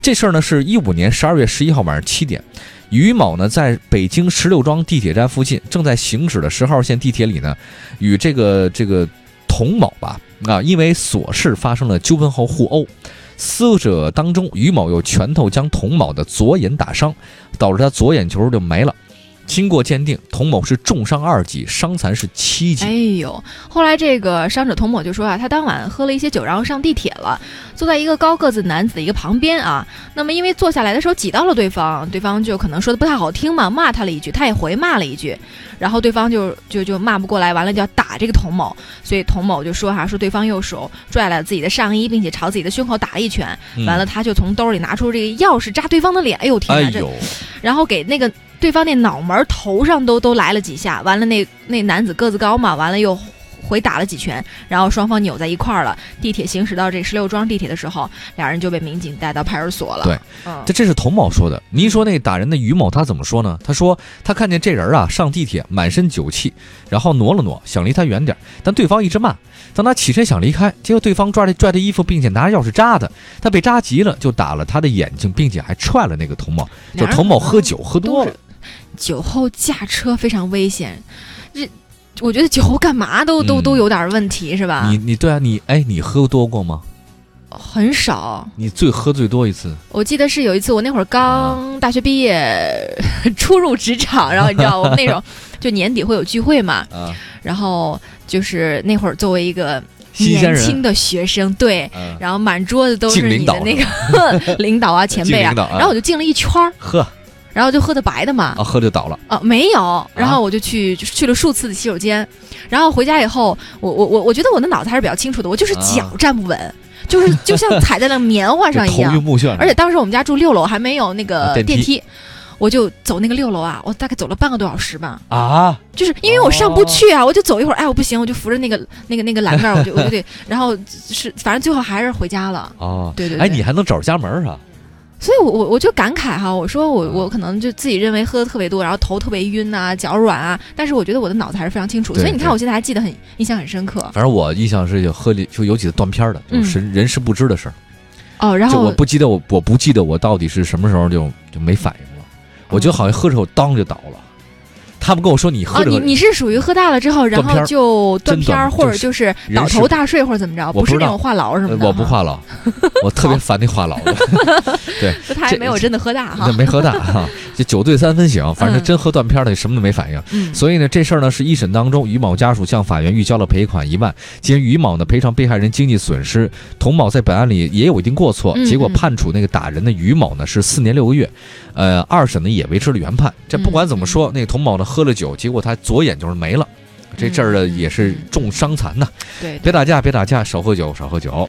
这事儿呢是15年12月11号晚上7点，于某呢在北京16庄地铁站附近，正在行驶的10号线地铁里呢，与这个童某吧因为琐事发生了纠纷后互殴，撕者当中，于某用拳头将童某的左眼打伤，导致他左眼球就没了。经过鉴定，童某是重伤2级，伤残是7级。 哎呦，后来这个伤者童某就说他当晚喝了一些酒，然后上地铁了，坐在一个高个子男子的一个旁边啊。那么因为坐下来的时候挤到了对方就可能说的不太好听嘛，骂他了一句，他也回骂了一句，然后对方就骂不过来，完了就要打这个童某，所以童某就说说对方右手拽了自己的上衣，并且朝自己的胸口打了一拳，完了他就从兜里拿出这个钥匙扎对方的脸，哎呦天哪，然后给那个对方那脑门头上都来了几下，完了那男子个子高嘛，完了又回打了几拳，然后双方扭在一块儿了。地铁行驶到这16庄地铁的时候，俩人就被民警带到派出所了。 对，这是童某说的。您说那打人的于某他怎么说呢？他说他看见这人上地铁满身酒气，然后挪了挪，想离他远点，但对方一直骂。当他起身想离开，结果对方拽他衣服，并且拿着钥匙扎他，他被扎急了，就打了他的眼睛，并且还踹了那个童某。就童某喝酒喝多了， 酒后驾车非常危险。我觉得酒后干嘛都有点问题，是吧？ 你对啊，你喝多过吗？ 很少。 你喝最多一次？ 我记得是有一次，我那会儿刚大学毕业，初入职场，然后你知道我们那种就年底会有聚会嘛，然后就是那会儿作为一个年轻的学生，对，然后满桌子都是你的那个领导啊、前辈啊，然后我就敬了一圈喝。然后就喝的白的嘛， 喝就倒了没有，然后我就去了数次的洗手间，然后回家以后，我觉得我的脑子还是比较清楚的，我就是脚站不稳，就像踩在那棉花上一样， 头晕目眩。 而且当时我们家住6楼，还没有那个电梯，我就走那个6楼我大概走了半个多小时吧。就是因为我上不去我就走一会儿，我不行，我就扶着那个栏杆，我就得，然后反正最后还是回家了。对， 你还能找着家门啊？ 所以我就感慨我说我可能就自己认为喝的特别多，然后头特别晕脚软但是我觉得我的脑子还是非常清楚，所以你看我现在还记得印象很深刻。 反正我印象是有几次断片的，人事不知的事儿。 然后我不记得我到底是什么时候就没反应了，我觉得好像喝着后当就倒了。他们跟我说你喝着你是属于喝大了之后，然后就断片或者就是倒头大睡或者怎么着，不是那种话痨什么的。 我不话痨，我特别烦那话痨的。对， 他也没有真的喝大没喝大就酒醉3分醒，反正真喝断片的什么都没反应。所以呢，这事儿呢是一审当中，于某家属向法院预交了赔款1万，既然于某呢赔偿被害人经济损失，童某在本案里也有一定过错，结果判处那个打人的于某呢是4年6个月。2审呢也维持了原判。这不管怎么说，那个童某呢喝了酒，结果他左眼就是没了，这阵儿也是重伤残呐。 对， 别打架，少喝酒。